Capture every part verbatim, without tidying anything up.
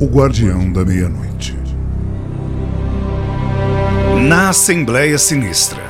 O Guardião da Meia-Noite. Na Assembleia Sinistra.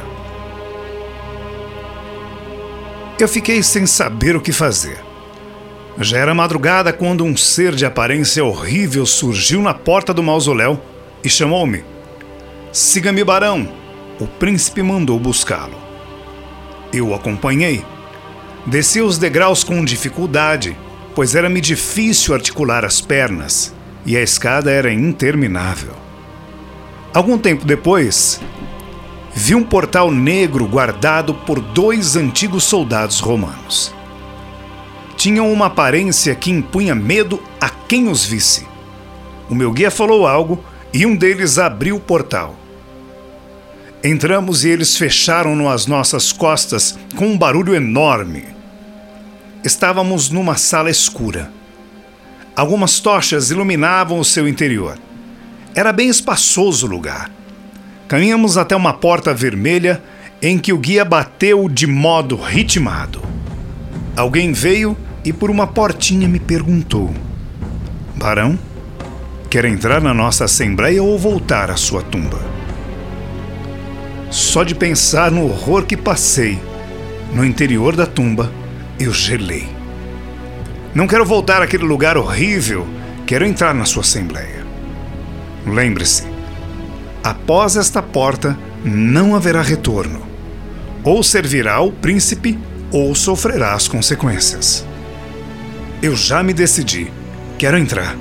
Eu fiquei sem saber o que fazer. Já era madrugada quando um ser de aparência horrível surgiu na porta do mausoléu e chamou-me. Siga-me, barão. O príncipe mandou buscá-lo. Eu o acompanhei. Desci os degraus com dificuldade, pois era-me difícil articular as pernas e a escada era interminável. Algum tempo depois, vi um portal negro guardado por dois antigos soldados romanos. Tinham uma aparência que impunha medo a quem os visse. O meu guia falou algo e um deles abriu o portal. Entramos e eles fecharam-no às nossas costas com um barulho enorme. Estávamos numa sala escura. Algumas tochas iluminavam o seu interior. Era bem espaçoso o lugar. Caminhamos até uma porta vermelha em que o guia bateu de modo ritmado. Alguém veio e por uma portinha me perguntou: Barão, quer entrar na nossa assembleia ou voltar à sua tumba? Só de pensar no horror que passei no interior da tumba, eu gelei. Não quero voltar àquele lugar horrível, quero entrar na sua assembleia. Lembre-se, após esta porta não haverá retorno. Ou servirá ao príncipe, ou sofrerá as consequências. Eu já me decidi, quero entrar.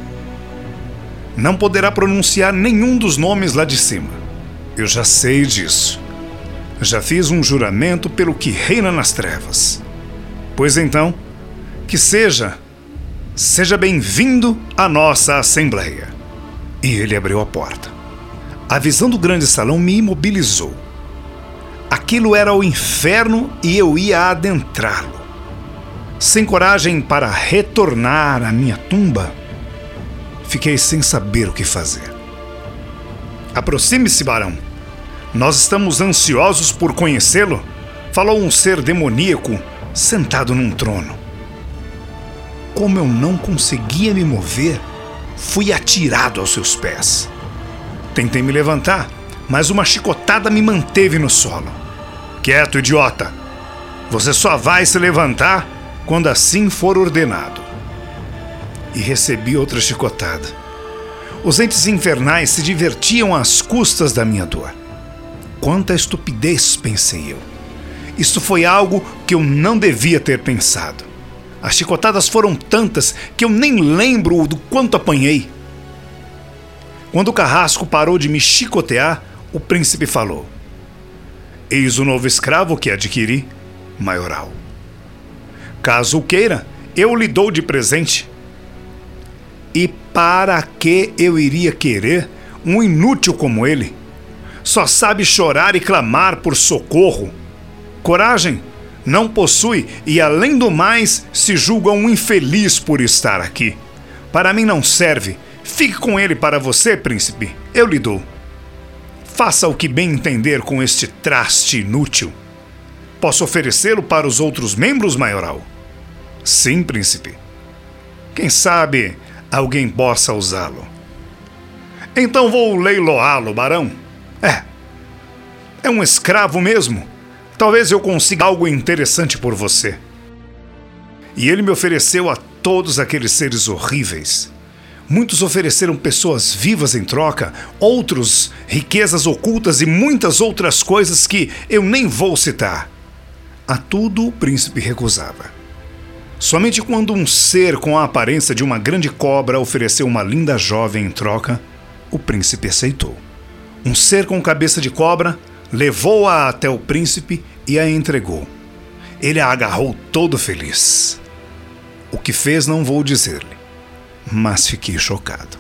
Não poderá pronunciar nenhum dos nomes lá de cima. Eu já sei disso. Já fiz um juramento pelo que reina nas trevas. Pois então, que seja, seja bem-vindo à nossa assembleia. E ele abriu a porta. A visão do grande salão me imobilizou. Aquilo era o inferno e eu ia adentrá-lo. Sem coragem para retornar à minha tumba, fiquei sem saber o que fazer. Aproxime-se, barão. Nós estamos ansiosos por conhecê-lo, falou um ser demoníaco sentado num trono. Como eu não conseguia me mover, fui atirado aos seus pés. Tentei me levantar, mas uma chicotada me manteve no solo. Quieto, idiota! Você só vai se levantar quando assim for ordenado. E recebi outra chicotada. Os entes infernais se divertiam às custas da minha dor. Quanta estupidez, pensei eu. Isso foi algo que eu não devia ter pensado. As chicotadas foram tantas que eu nem lembro do quanto apanhei. Quando o carrasco parou de me chicotear, o príncipe falou: Eis o novo escravo que adquiri, maioral. Caso o queira, eu lhe dou de presente. E para que eu iria querer um inútil como ele? Só sabe chorar e clamar por socorro. Coragem não possui e, além do mais, se julga um infeliz por estar aqui. Para mim não serve. Fique com ele para você, príncipe. Eu lhe dou. Faça o que bem entender com este traste inútil. Posso oferecê-lo para os outros membros, maioral? Sim, príncipe. Quem sabe alguém possa usá-lo. Então vou leiloá-lo, barão. É. É um escravo mesmo. Talvez eu consiga algo interessante por você. E ele me ofereceu a todos aqueles seres horríveis. Muitos ofereceram pessoas vivas em troca, outros riquezas ocultas e muitas outras coisas que eu nem vou citar. A tudo o príncipe recusava. Somente quando um ser com a aparência de uma grande cobra ofereceu uma linda jovem em troca, o príncipe aceitou. Um ser com cabeça de cobra levou-a até o príncipe e a entregou. Ele a agarrou todo feliz. O que fez não vou dizer-lhe, mas fiquei chocado.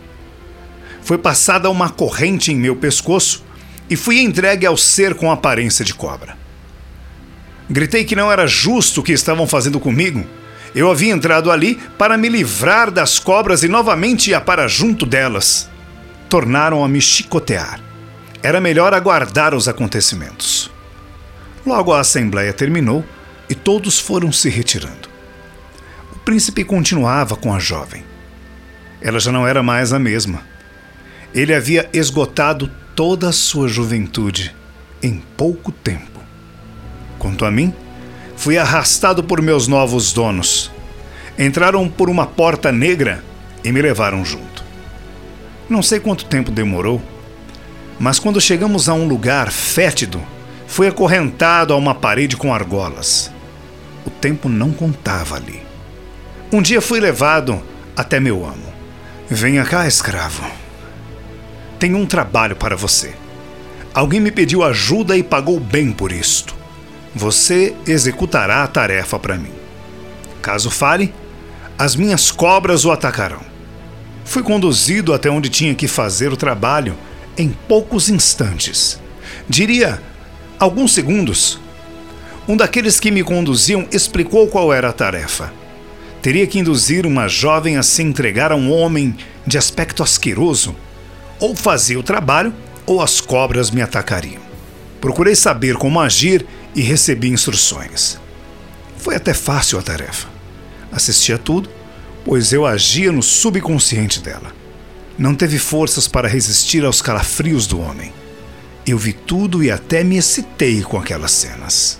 Foi passada uma corrente em meu pescoço e fui entregue ao ser com aparência de cobra. Gritei que não era justo o que estavam fazendo comigo. Eu havia entrado ali para me livrar das cobras e novamente ia para junto delas. Tornaram a me chicotear. Era melhor aguardar os acontecimentos. Logo a assembleia terminou e todos foram se retirando. O príncipe continuava com a jovem. ela já não era mais a mesma. Ele havia esgotado toda a sua juventude em pouco tempo. Quanto a mim, fui arrastado por meus novos donos. Entraram por uma porta negra e me levaram junto. Não sei quanto tempo demorou, mas quando chegamos a um lugar fétido, fui acorrentado a uma parede com argolas. O tempo não contava ali. Um dia fui levado até meu amo. Venha cá, escravo. Tenho um trabalho para você. Alguém me pediu ajuda e pagou bem por isto. Você executará a tarefa para mim. Caso falhe, as minhas cobras o atacarão. Fui conduzido até onde tinha que fazer o trabalho em poucos instantes. Diria, alguns segundos. Um daqueles que me conduziam explicou qual era a tarefa. Teria que induzir uma jovem a se entregar a um homem de aspecto asqueroso. Ou fazia o trabalho, ou as cobras me atacariam. Procurei saber como agir e recebi instruções. Foi até fácil a tarefa. Assisti a tudo, pois eu agia no subconsciente dela. Não teve forças para resistir aos calafrios do homem. Eu vi tudo e até me excitei com aquelas cenas.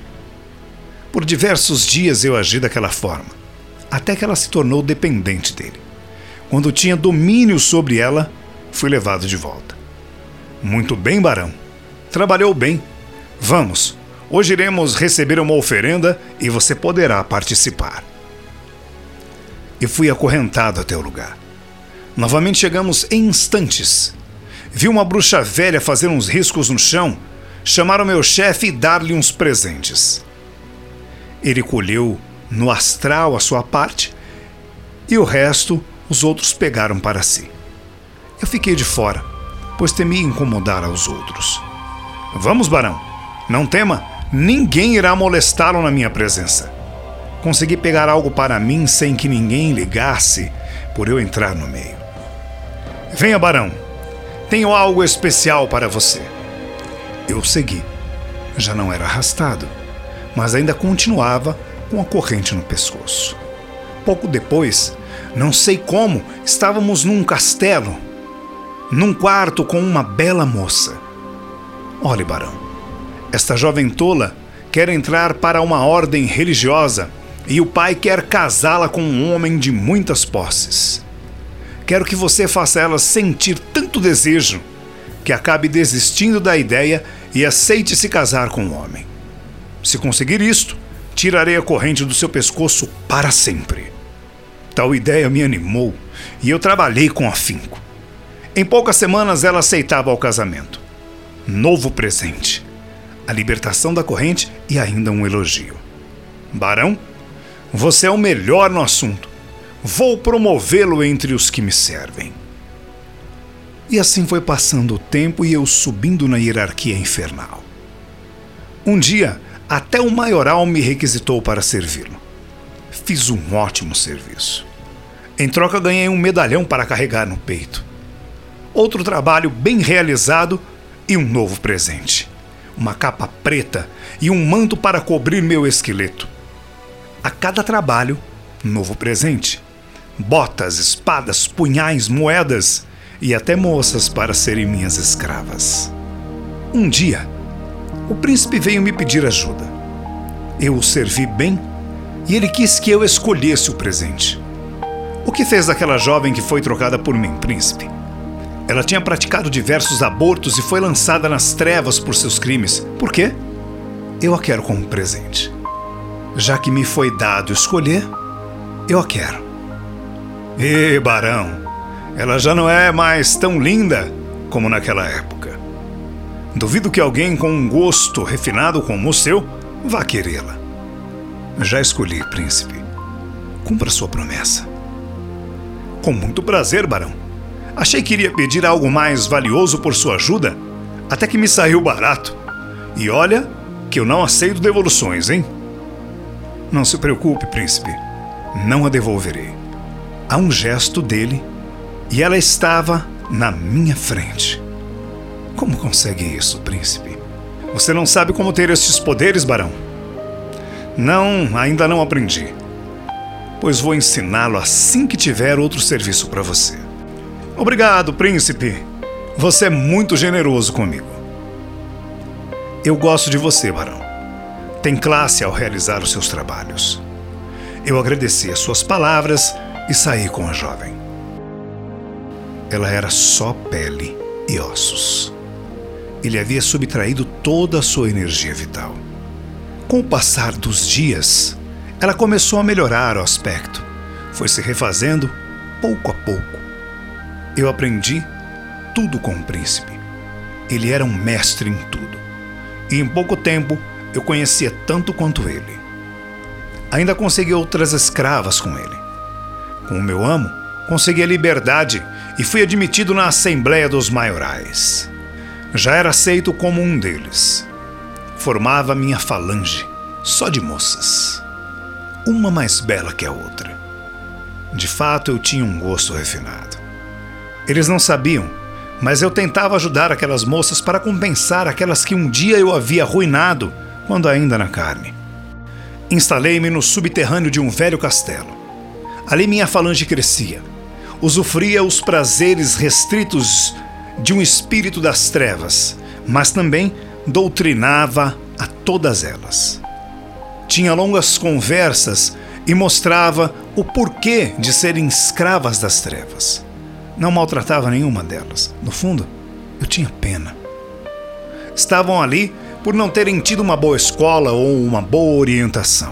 Por diversos dias eu agi daquela forma, até que ela se tornou dependente dele. Quando tinha domínio sobre ela, fui levado de volta. Muito bem, barão. Trabalhou bem. Vamos, hoje iremos receber uma oferenda e você poderá participar. E fui acorrentado até o lugar. Novamente chegamos em instantes. Vi uma bruxa velha fazer uns riscos no chão, chamar o meu chefe e dar-lhe uns presentes. Ele colheu no astral a sua parte e o resto os outros pegaram para si. Eu fiquei de fora, pois temia incomodar aos outros. Vamos, barão, não tema, ninguém irá molestá-lo na minha presença. Consegui pegar algo para mim sem que ninguém ligasse por eu entrar no meio. Venha, barão, tenho algo especial para você. Eu segui. Já não era arrastado, mas ainda continuava com a corrente no pescoço. Pouco depois, não sei como, estávamos num castelo, num quarto com uma bela moça. Olhe, barão, esta jovem tola quer entrar para uma ordem religiosa e o pai quer casá-la com um homem de muitas posses. Quero que você faça ela sentir tanto desejo que acabe desistindo da ideia e aceite se casar com um homem. Se conseguir isto, tirarei a corrente do seu pescoço para sempre. Tal ideia me animou e eu trabalhei com afinco. Em poucas semanas ela aceitava o casamento. Novo presente, a libertação da corrente e ainda um elogio. Barão, você é o melhor no assunto. Vou promovê-lo entre os que me servem. E assim foi passando o tempo e eu subindo na hierarquia infernal. Um dia, até o maioral me requisitou para servi-lo. Fiz um ótimo serviço. Em troca, ganhei um medalhão para carregar no peito. Outro trabalho bem realizado e um novo presente. Uma capa preta e um manto para cobrir meu esqueleto. A cada trabalho, novo presente. Botas, espadas, punhais, moedas e até moças para serem minhas escravas. Um dia, o príncipe veio me pedir ajuda. Eu o servi bem e ele quis que eu escolhesse o presente. O que fez daquela jovem que foi trocada por mim, príncipe? Ela tinha praticado diversos abortos e foi lançada nas trevas por seus crimes. Por quê? Eu a quero como presente. Já que me foi dado escolher, eu a quero. E, barão, ela já não é mais tão linda como naquela época. Duvido que alguém com um gosto refinado como o seu vá querê-la. Já escolhi, príncipe. Cumpra sua promessa. Com muito prazer, barão. Achei que iria pedir algo mais valioso por sua ajuda, até que me saiu barato. E olha que eu não aceito devoluções, hein? Não se preocupe, príncipe. Não a devolverei. Há um gesto dele e ela estava na minha frente. Como consegue isso, príncipe? Você não sabe como ter estes poderes, barão? Não, ainda não aprendi. pois vou ensiná-lo assim que tiver outro serviço para você. Obrigado, príncipe. Você é muito generoso comigo. Eu gosto de você, barão. Tem classe ao realizar os seus trabalhos. Eu agradeci as suas palavras e saí com a jovem. Ela era só pele e ossos. Ele havia subtraído toda a sua energia vital. Com o passar dos dias, ela começou a melhorar o aspecto. Foi se refazendo pouco a pouco. Eu aprendi tudo com o príncipe. Ele era um mestre em tudo. E em pouco tempo, eu conhecia tanto quanto ele. Ainda consegui outras escravas com ele. Com o meu amo, consegui a liberdade e fui admitido na Assembleia dos Maiorais. Já era aceito como um deles. Formava minha falange, só de moças. Uma mais bela que a outra. De fato, eu tinha um gosto refinado. Eles não sabiam, mas eu tentava ajudar aquelas moças para compensar aquelas que um dia eu havia arruinado quando ainda na carne. Instalei-me no subterrâneo de um velho castelo. Ali minha falange crescia. Usufria os prazeres restritos de um espírito das trevas, mas também doutrinava a todas elas. Tinha longas conversas e mostrava o porquê de serem escravas das trevas. Não maltratava nenhuma delas. No fundo, eu tinha pena. Estavam ali por não terem tido uma boa escola ou uma boa orientação.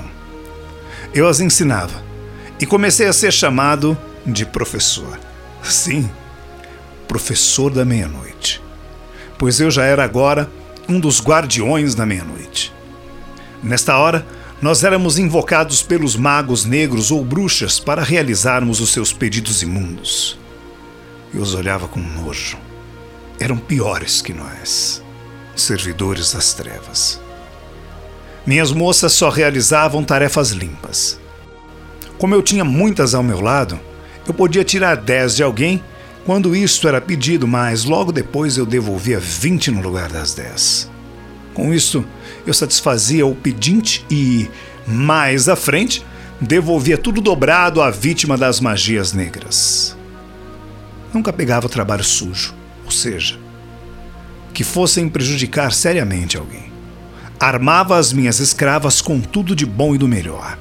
Eu as ensinava e comecei a ser chamado de professor. Sim, professor da meia-noite, pois eu já era agora um dos guardiões da meia-noite. Nesta hora, nós éramos invocados pelos magos negros ou bruxas para realizarmos os seus pedidos imundos. Eu os olhava com nojo. Eram piores que nós, servidores das trevas. Minhas moças só realizavam tarefas limpas. Como eu tinha muitas ao meu lado, eu podia tirar dez de alguém quando isto era pedido, mas logo depois eu devolvia vinte no lugar das dez. Com isto, eu satisfazia o pedinte e, mais à frente, devolvia tudo dobrado à vítima das magias negras. Nunca pegava trabalho sujo, ou seja, que fossem prejudicar seriamente alguém. Armava as minhas escravas com tudo de bom e do melhor.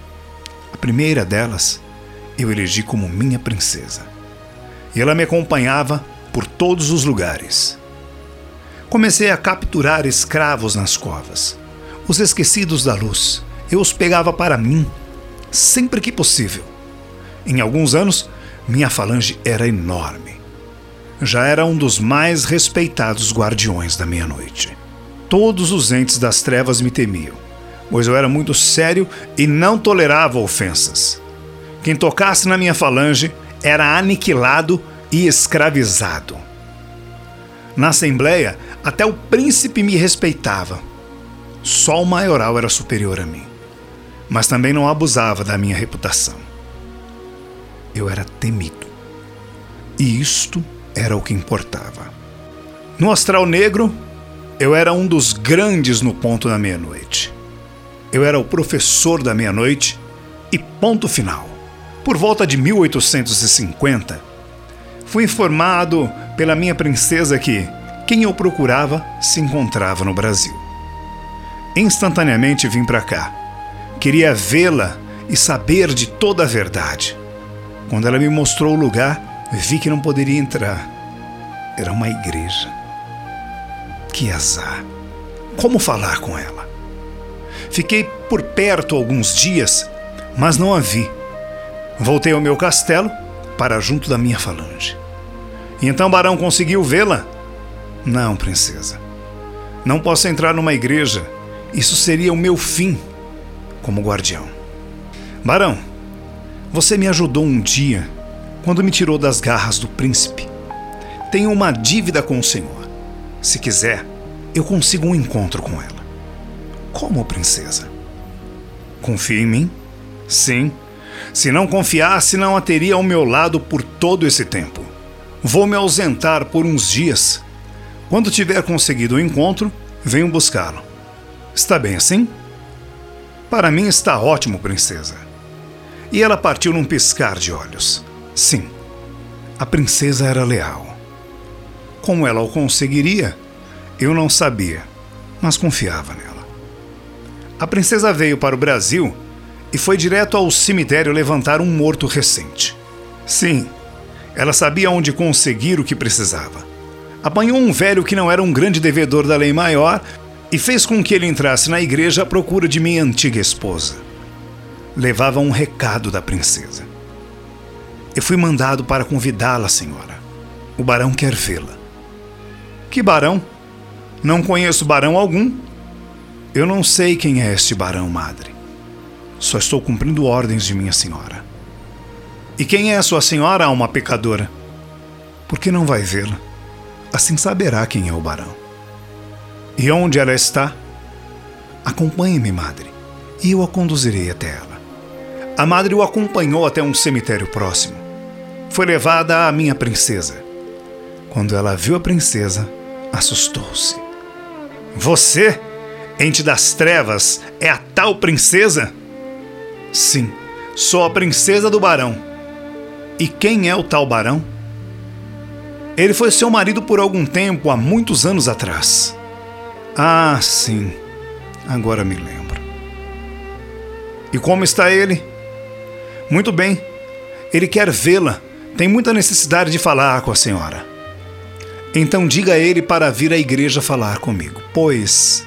A primeira delas eu elegi como minha princesa, e ela me acompanhava por todos os lugares. Comecei a capturar escravos nas covas, os esquecidos da luz. Eu os pegava para mim, sempre que possível. Em alguns anos, minha falange era enorme. Já era um dos mais respeitados guardiões da meia-noite. Todos os entes das trevas me temiam, pois eu era muito sério e não tolerava ofensas. Quem tocasse na minha falange era aniquilado e escravizado. Na Assembleia, até o príncipe me respeitava. Só o maioral era superior a mim, mas também não abusava da minha reputação. Eu era temido, e isto era o que importava. No astral negro, eu era um dos grandes no ponto da meia-noite. Eu era o professor da meia-noite e ponto final. Por volta de mil oitocentos e cinquenta, fui informado pela minha princesa que quem eu procurava se encontrava no Brasil. Instantaneamente vim para cá. Queria vê-la e saber de toda a verdade. Quando ela me mostrou o lugar, vi que não poderia entrar. Era uma igreja. Que azar! Como falar com ela? Fiquei por perto alguns dias, mas não a vi. Voltei ao meu castelo para junto da minha falange. E então Barão conseguiu vê-la? Não, princesa. Não posso entrar numa igreja. Isso seria o meu fim como guardião. Barão, você me ajudou um dia quando me tirou das garras do príncipe. Tenho uma dívida com o senhor. Se quiser, eu consigo um encontro com ela. Como, princesa? Confia em mim? Sim. Se não confiasse, não a teria ao meu lado por todo esse tempo. Vou me ausentar por uns dias. Quando tiver conseguido o encontro, venho buscá-lo. Está bem assim? Para mim está ótimo, princesa. e ela partiu num piscar de olhos. Sim, a princesa era leal. Como ela o conseguiria, eu não sabia, mas confiava nela. A princesa veio para o Brasil e foi direto ao cemitério levantar um morto recente. Sim, ela sabia onde conseguir o que precisava. Apanhou um velho que não era um grande devedor da lei maior e fez com que ele entrasse na igreja à procura de minha antiga esposa. Levava um recado da princesa. Eu fui mandado para convidá-la, senhora. O barão quer vê-la. Que barão? Não conheço barão algum. Eu não sei quem é este barão, madre. Só estou cumprindo ordens de minha senhora. E quem é a sua senhora, alma pecadora? Por que não vai vê-la? Assim saberá quem é o barão. E onde ela está? Acompanhe-me, madre, e eu a conduzirei até ela. A madre o acompanhou até um cemitério próximo. Foi levada à minha princesa. Quando ela viu a princesa, assustou-se. Você, ente das trevas, é a tal princesa? Sim, sou a princesa do barão. E quem é o tal barão? Ele foi seu marido por algum tempo, há muitos anos atrás. Ah, sim, agora me lembro. E como está ele? Muito bem, ele quer vê-la, tem muita necessidade de falar com a senhora. Então diga a ele para vir à igreja falar comigo, pois,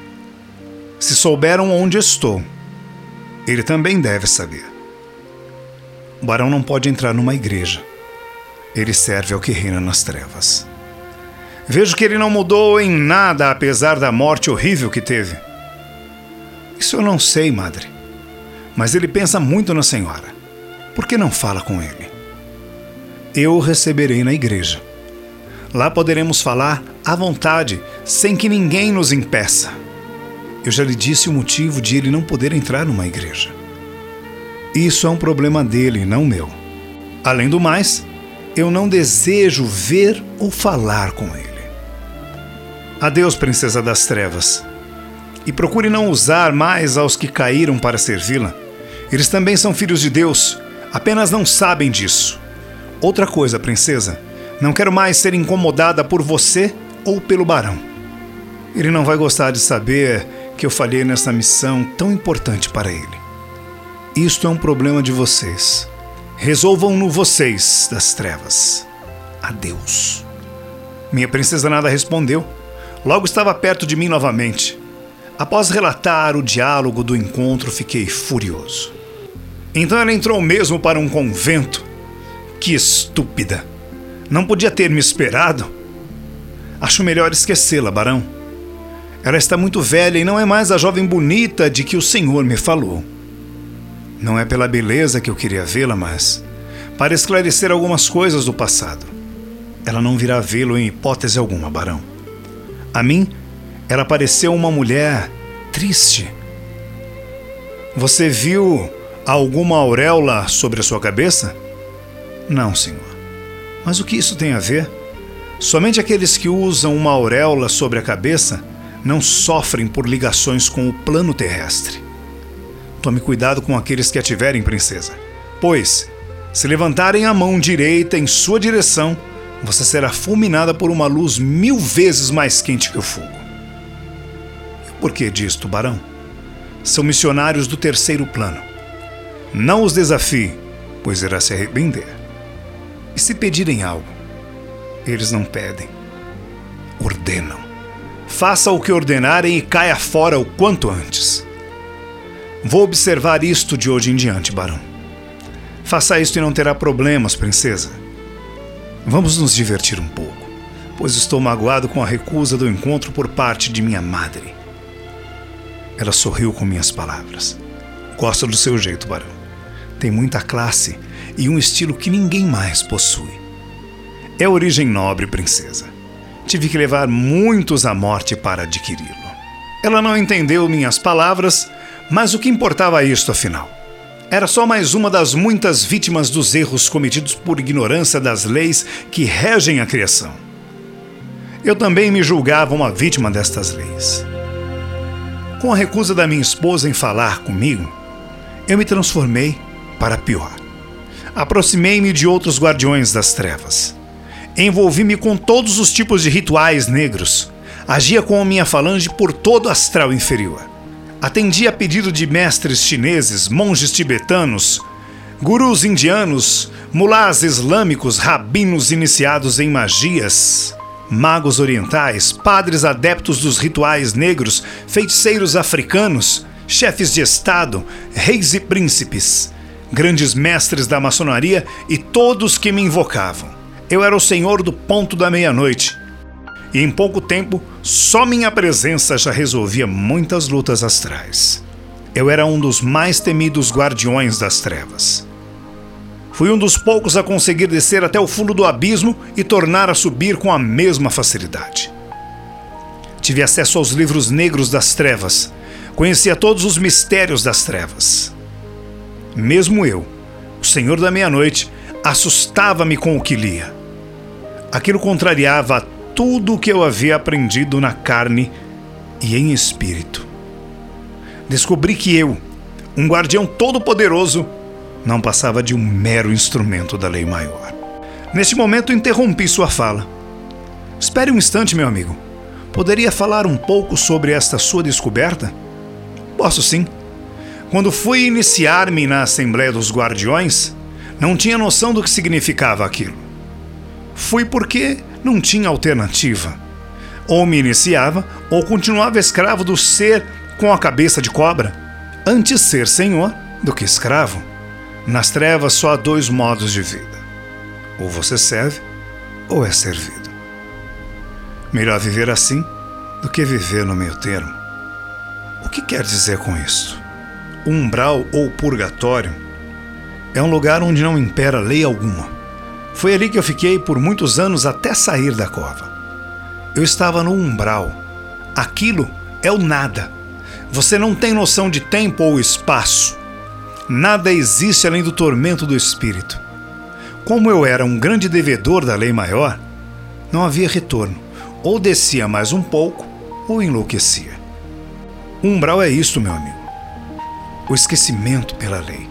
se souberam onde estou, ele também deve saber. O barão não pode entrar numa igreja. Ele serve ao que reina nas trevas. Vejo que ele não mudou em nada, apesar da morte horrível que teve. Isso eu não sei, madre. Mas ele pensa muito na senhora. Por que não fala com ele? Eu o receberei na igreja. Lá poderemos falar à vontade, sem que ninguém nos impeça. Eu já lhe disse o motivo de ele não poder entrar numa igreja. Isso é um problema dele, não meu. Além do mais, eu não desejo ver ou falar com ele. Adeus, princesa das trevas. E procure não usar mais aos que caíram para servi-la. Eles também são filhos de Deus, apenas não sabem disso. Outra coisa, princesa, não quero mais ser incomodada por você ou pelo barão. Ele não vai gostar de saber que eu falhei nessa missão tão importante para ele. Isto é um problema de vocês. Resolvam-no vocês das trevas. Adeus. Minha princesa nada respondeu. Logo estava perto de mim novamente. Após relatar o diálogo do encontro, fiquei furioso. Então ela entrou mesmo para um convento. Que estúpida! Não podia ter me esperado? Acho melhor esquecê-la, barão. Ela está muito velha e não é mais a jovem bonita de que o senhor me falou. Não é pela beleza que eu queria vê-la, mas para esclarecer algumas coisas do passado. Ela não virá vê-lo em hipótese alguma, barão. A mim, ela pareceu uma mulher triste. Você viu alguma auréola sobre a sua cabeça? Não, senhor. Mas o que isso tem a ver? Somente aqueles que usam uma auréola sobre a cabeça não sofrem por ligações com o plano terrestre. Tome cuidado com aqueles que a tiverem, princesa. Pois, se levantarem a mão direita em sua direção, você será fulminada por uma luz mil vezes mais quente que o fogo. E por que disto, barão? São missionários do terceiro plano. Não os desafie, pois irá se arrepender. E se pedirem algo, eles não pedem, ordenam. Faça o que ordenarem e caia fora o quanto antes. Vou observar isto de hoje em diante, barão. Faça isto e não terá problemas, princesa. Vamos nos divertir um pouco, pois estou magoado com a recusa do encontro por parte de minha madre. Ela sorriu com minhas palavras. Gosto do seu jeito, barão. Tem muita classe e um estilo que ninguém mais possui. É origem nobre, princesa. Tive que levar muitos à morte para adquiri-lo. Ela não entendeu minhas palavras, mas o que importava isto, afinal? Era só mais uma das muitas vítimas dos erros cometidos por ignorância das leis que regem a criação. Eu também me julgava uma vítima destas leis. Com a recusa da minha esposa em falar comigo, eu me transformei para pior. Aproximei-me de outros guardiões das trevas. Envolvi-me com todos os tipos de rituais negros. Agia com a minha falange por todo o astral inferior. Atendia a pedido de mestres chineses, monges tibetanos, gurus indianos, mulás islâmicos, rabinos iniciados em magias, magos orientais, padres adeptos dos rituais negros, feiticeiros africanos, chefes de estado, reis e príncipes, grandes mestres da maçonaria e todos que me invocavam. Eu era o senhor do ponto da meia-noite. E em pouco tempo, só minha presença já resolvia muitas lutas astrais. Eu era um dos mais temidos guardiões das trevas. Fui um dos poucos a conseguir descer até o fundo do abismo e tornar a subir com a mesma facilidade. Tive acesso aos livros negros das trevas. Conhecia todos os mistérios das trevas. Mesmo eu, o Senhor da Meia-Noite, assustava-me com o que lia. Aquilo contrariava tudo o que eu havia aprendido na carne e em espírito. Descobri que eu, um guardião todo-poderoso, não passava de um mero instrumento da lei maior. Neste momento interrompi sua fala. Espere um instante, meu amigo. Poderia falar um pouco sobre esta sua descoberta? Posso sim. Quando fui iniciar-me na Assembleia dos Guardiões, não tinha noção do que significava aquilo. Fui porque não tinha alternativa. Ou me iniciava, ou continuava escravo do ser com a cabeça de cobra. Antes ser senhor do que escravo. Nas trevas só há dois modos de vida. Ou você serve, ou é servido. Melhor viver assim do que viver no meio termo. O que quer dizer com isso? O umbral ou purgatório é um lugar onde não impera lei alguma. Foi ali que eu fiquei por muitos anos até sair da cova. Eu estava no umbral. Aquilo é o nada. Você não tem noção de tempo ou espaço. Nada existe além do tormento do espírito. Como eu era um grande devedor da lei maior, não havia retorno. Ou descia mais um pouco, ou enlouquecia. O umbral é isto, meu amigo. O esquecimento pela lei.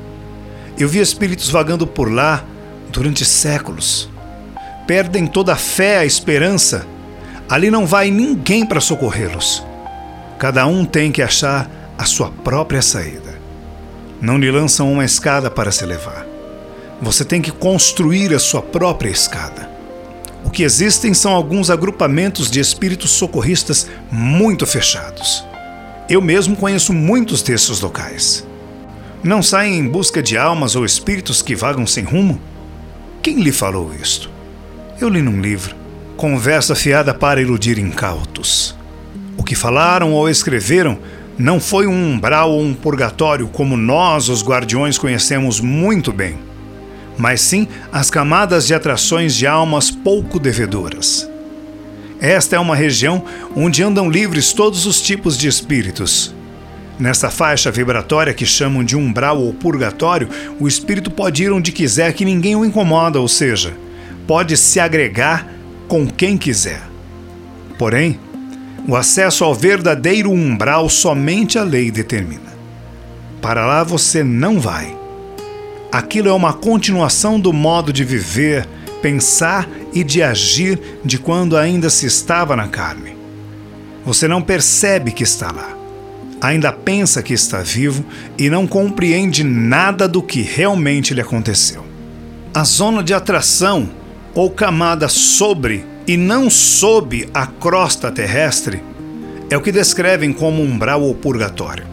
Eu vi espíritos vagando por lá durante séculos. Perdem toda a fé, a esperança. Ali não vai ninguém para socorrê-los. Cada um tem que achar a sua própria saída. Não lhe lançam uma escada para se levar. Você tem que construir a sua própria escada. O que existem são alguns agrupamentos de espíritos socorristas muito fechados. Eu mesmo conheço muitos desses locais. Não saem em busca de almas ou espíritos que vagam sem rumo? Quem lhe falou isto? Eu li num livro. Conversa fiada para iludir incautos. O que falaram ou escreveram não foi um umbral ou um purgatório como nós, os guardiões, conhecemos muito bem, mas sim as camadas de atrações de almas pouco devedoras. Esta é uma região onde andam livres todos os tipos de espíritos. Nesta faixa vibratória que chamam de umbral ou purgatório, o espírito pode ir onde quiser que ninguém o incomoda, ou seja, pode se agregar com quem quiser. Porém, o acesso ao verdadeiro umbral somente a lei determina. Para lá você não vai. Aquilo é uma continuação do modo de viver, pensar e de agir de quando ainda se estava na carne. Você não percebe que está lá. Ainda pensa que está vivo e não compreende nada do que realmente lhe aconteceu. A zona de atração, ou camada sobre e não sob a crosta terrestre, é o que descrevem como umbral ou purgatório.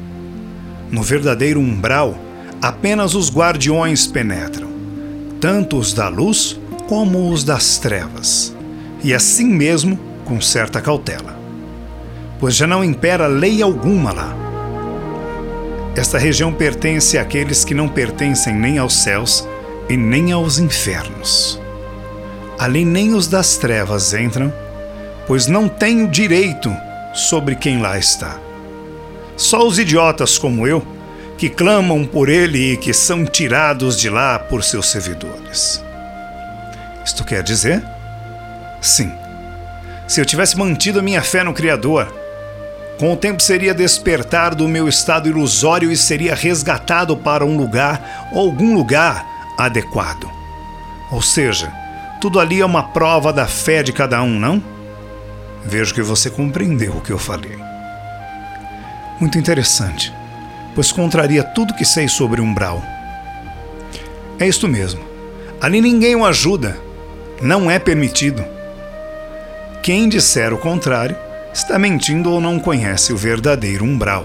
No verdadeiro umbral, apenas os guardiões penetram, tanto os da luz como os das trevas, e assim mesmo com certa cautela, pois já não impera lei alguma lá. Esta região pertence àqueles que não pertencem nem aos céus e nem aos infernos. Ali nem os das trevas entram, pois não têm o direito sobre quem lá está. Só os idiotas como eu, que clamam por ele e que são tirados de lá por seus servidores. Isto quer dizer? Sim. Se eu tivesse mantido a minha fé no Criador, Com o tempo seria despertar do meu estado ilusório e seria resgatado para um lugar ou algum lugar adequado. Ou seja, tudo ali é uma prova da fé de cada um, não? Vejo que você compreendeu o que eu falei. Muito interessante, pois contraria tudo que sei sobre umbral. É isto mesmo. Ali ninguém o ajuda. Não é permitido. Quem disser o contrário está mentindo ou não conhece o verdadeiro umbral.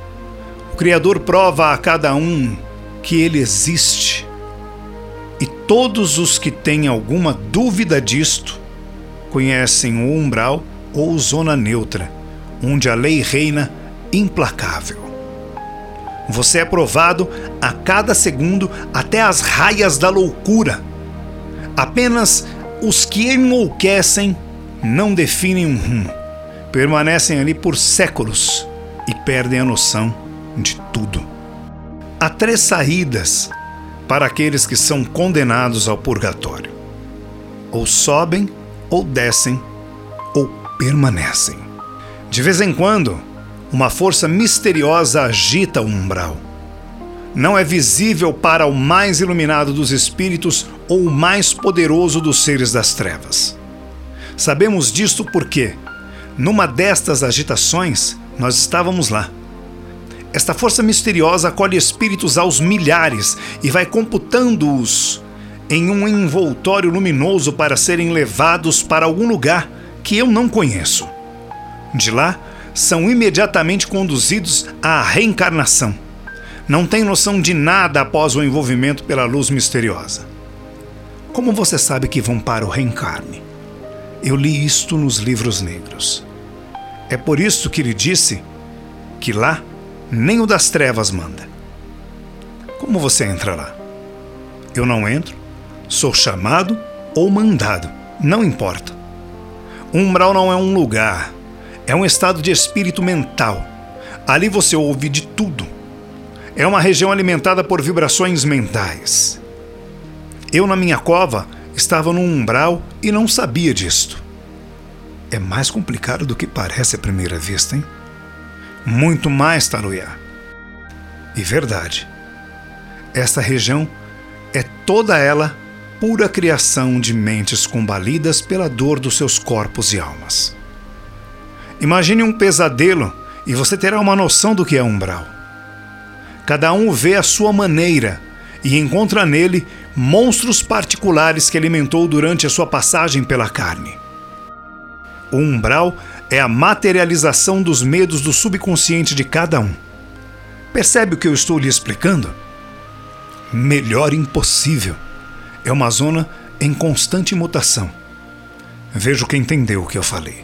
O Criador prova a cada um que ele existe. E todos os que têm alguma dúvida disto conhecem o umbral ou zona neutra, onde a lei reina implacável. Você é provado a cada segundo até as raias da loucura. Apenas os que enlouquecem não definem um rumo. Permanecem ali por séculos e perdem a noção de tudo. Há três saídas para aqueles que são condenados ao purgatório: ou sobem, ou descem, ou permanecem. De vez em quando, uma força misteriosa agita o umbral. Não é visível para o mais iluminado dos espíritos ou o mais poderoso dos seres das trevas. Sabemos disto porque, numa destas agitações, nós estávamos lá. Esta força misteriosa acolhe espíritos aos milhares e vai computando-os em um envoltório luminoso para serem levados para algum lugar que eu não conheço. De lá, são imediatamente conduzidos à reencarnação. Não têm noção de nada após o envolvimento pela luz misteriosa. Como você sabe que vão para o reencarne? Eu li isto nos livros negros. É por isso que lhe disse que lá nem o das trevas manda. Como você entra lá? Eu não entro, sou chamado ou mandado, não importa. O umbral não é um lugar, é um estado de espírito mental. Ali você ouve de tudo. É uma região alimentada por vibrações mentais. Eu, na minha cova, estava no umbral e não sabia disto. É mais complicado do que parece à primeira vista, hein? Muito mais, Taruiá. E verdade. Esta região é toda ela pura criação de mentes combalidas pela dor dos seus corpos e almas. Imagine um pesadelo e você terá uma noção do que é umbral. Cada um o vê à sua maneira e encontra nele monstros particulares que alimentou durante a sua passagem pela carne. O umbral é a materialização dos medos do subconsciente de cada um. Percebe o que eu estou lhe explicando? Melhor impossível. É uma zona em constante mutação. Vejo que entendeu o que eu falei.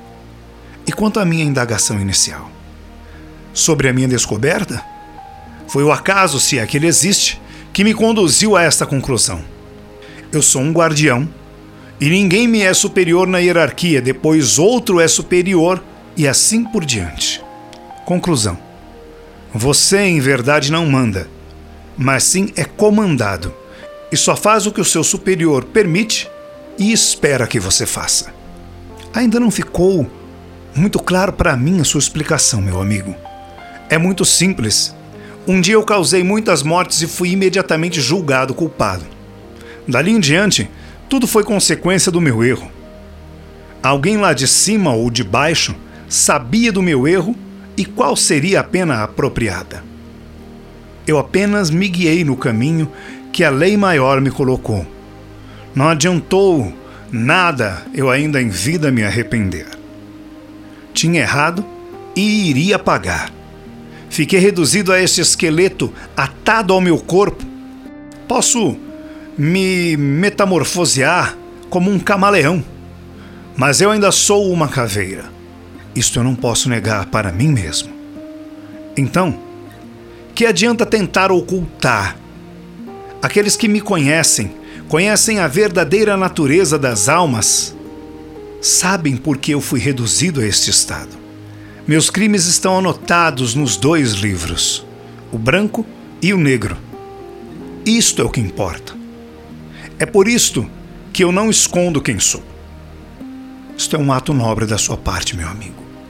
E quanto à minha indagação inicial? Sobre a minha descoberta? Foi o acaso, se é que ele existe, que me conduziu a esta conclusão. Eu sou um guardião, e ninguém me é superior na hierarquia, depois outro é superior, e assim por diante. Conclusão. Você, em verdade, não manda, mas sim é comandado, e só faz o que o seu superior permite e espera que você faça. Ainda não ficou muito claro para mim a sua explicação, meu amigo. É muito simples. Um dia eu causei muitas mortes e fui imediatamente julgado culpado. Dali em diante, tudo foi consequência do meu erro. Alguém lá de cima ou de baixo sabia do meu erro e qual seria a pena apropriada. Eu apenas me guiei no caminho que a lei maior me colocou. Não adiantou nada eu ainda em vida me arrepender. Tinha errado e iria pagar. Fiquei reduzido a esse esqueleto atado ao meu corpo. Posso me metamorfosear como um camaleão, mas eu ainda sou uma caveira. Isto eu não posso negar para mim mesmo. Então, que adianta tentar ocultar? Aqueles que me conhecem, conhecem a verdadeira natureza das almas, sabem por que eu fui reduzido a este estado. Meus crimes estão anotados nos dois livros, o branco e o negro. Isto é o que importa. É por isto que eu não escondo quem sou. Isto é um ato nobre da sua parte, meu amigo.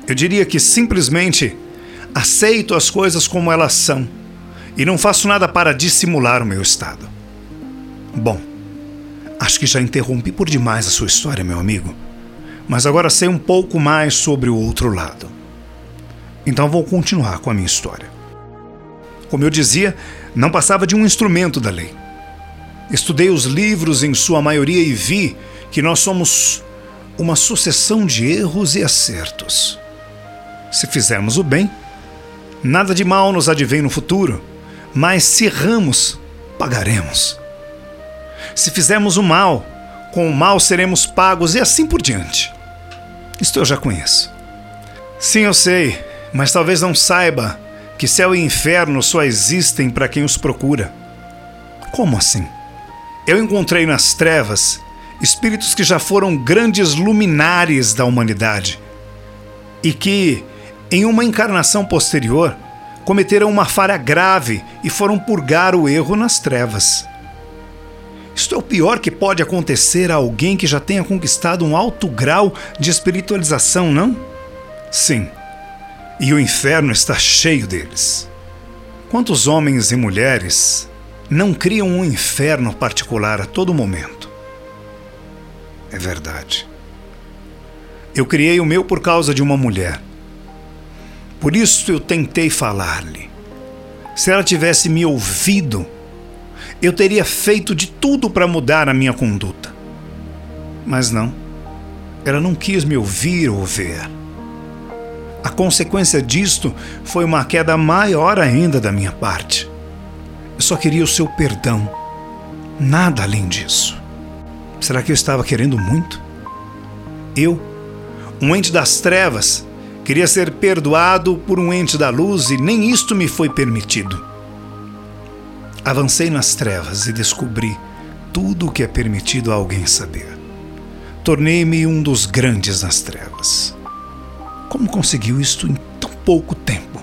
Eu diria que simplesmente aceito as coisas como elas são e não faço nada para dissimular o meu estado. Bom, acho que já interrompi por demais a sua história, meu amigo, mas agora sei um pouco mais sobre o outro lado. Então vou continuar com a minha história. Como eu dizia, não passava de um instrumento da lei. Estudei os livros em sua maioria e vi que nós somos uma sucessão de erros e acertos. Se fizermos o bem, nada de mal nos advém no futuro, mas se erramos, pagaremos. Se fizermos o mal, com o mal seremos pagos e assim por diante. Isto eu já conheço. Sim, eu sei, mas talvez não saiba que céu e inferno só existem para quem os procura. Como assim? Eu encontrei nas trevas espíritos que já foram grandes luminares da humanidade e que, em uma encarnação posterior, cometeram uma falha grave e foram purgar o erro nas trevas. Isto é o pior que pode acontecer a alguém que já tenha conquistado um alto grau de espiritualização, não? Sim, e o inferno está cheio deles. Quantos homens e mulheres não criam um inferno particular a todo momento? É verdade. Eu criei o meu por causa de uma mulher. Por isso eu tentei falar-lhe. Se ela tivesse me ouvido, eu teria feito de tudo para mudar a minha conduta. Mas não. Ela não quis me ouvir ou ver. A consequência disto foi uma queda maior ainda da minha parte. Eu só queria o seu perdão. Nada além disso. Será que eu estava querendo muito? Eu, um ente das trevas, queria ser perdoado por um ente da luz e nem isto me foi permitido. Avancei nas trevas e descobri tudo o que é permitido a alguém saber. Tornei-me um dos grandes nas trevas. Como conseguiu isto em tão pouco tempo?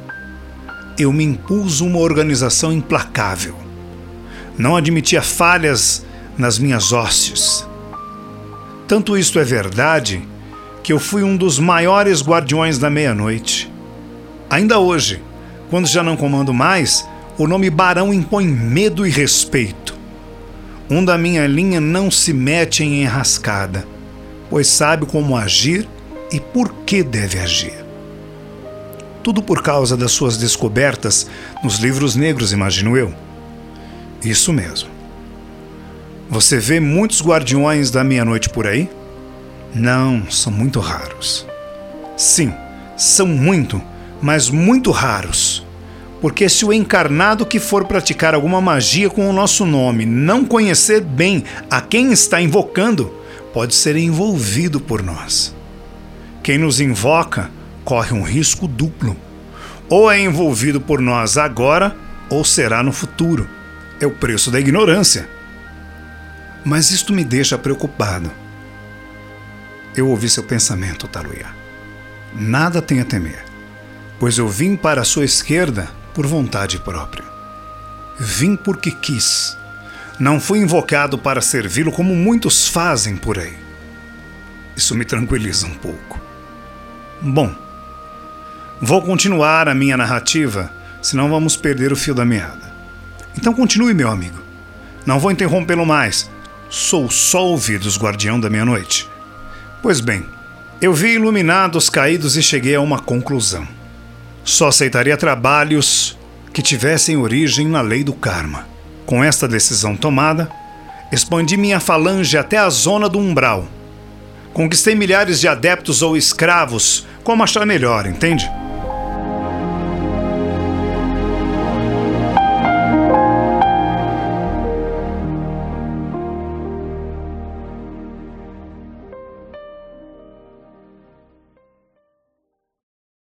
Eu me impus uma organização implacável. Não admitia falhas nas minhas hostes. Tanto isto é verdade que eu fui um dos maiores guardiões da meia-noite. Ainda hoje, quando já não comando mais, o nome Barão impõe medo e respeito. Um da minha linha não se mete em enrascada, pois sabe como agir e por que deve agir. Tudo por causa das suas descobertas nos livros negros, imagino eu. Isso mesmo. Você vê muitos guardiões da meia-noite por aí? Não, são muito raros. Sim, são muito, mas muito raros. Porque se o encarnado que for praticar alguma magia com o nosso nome não conhecer bem a quem está invocando, pode ser envolvido por nós. Quem nos invoca corre um risco duplo. Ou é envolvido por nós agora, ou será no futuro. É o preço da ignorância. Mas isto me deixa preocupado. Eu ouvi seu pensamento, Taluya. Nada tem a temer, pois eu vim para a sua esquerda por vontade própria. Vim porque quis. Não fui invocado para servi-lo como muitos fazem por aí. Isso me tranquiliza um pouco. Bom, vou continuar a minha narrativa, senão vamos perder o fio da meada. Então continue, meu amigo. Não vou interrompê-lo mais. Sou só ouvidos, guardião da meia-noite. Pois bem, eu vi iluminados caídos e cheguei a uma conclusão. Só aceitaria trabalhos que tivessem origem na lei do karma. Com esta decisão tomada, expandi minha falange até a zona do umbral. Conquistei milhares de adeptos ou escravos, como achar melhor, entende?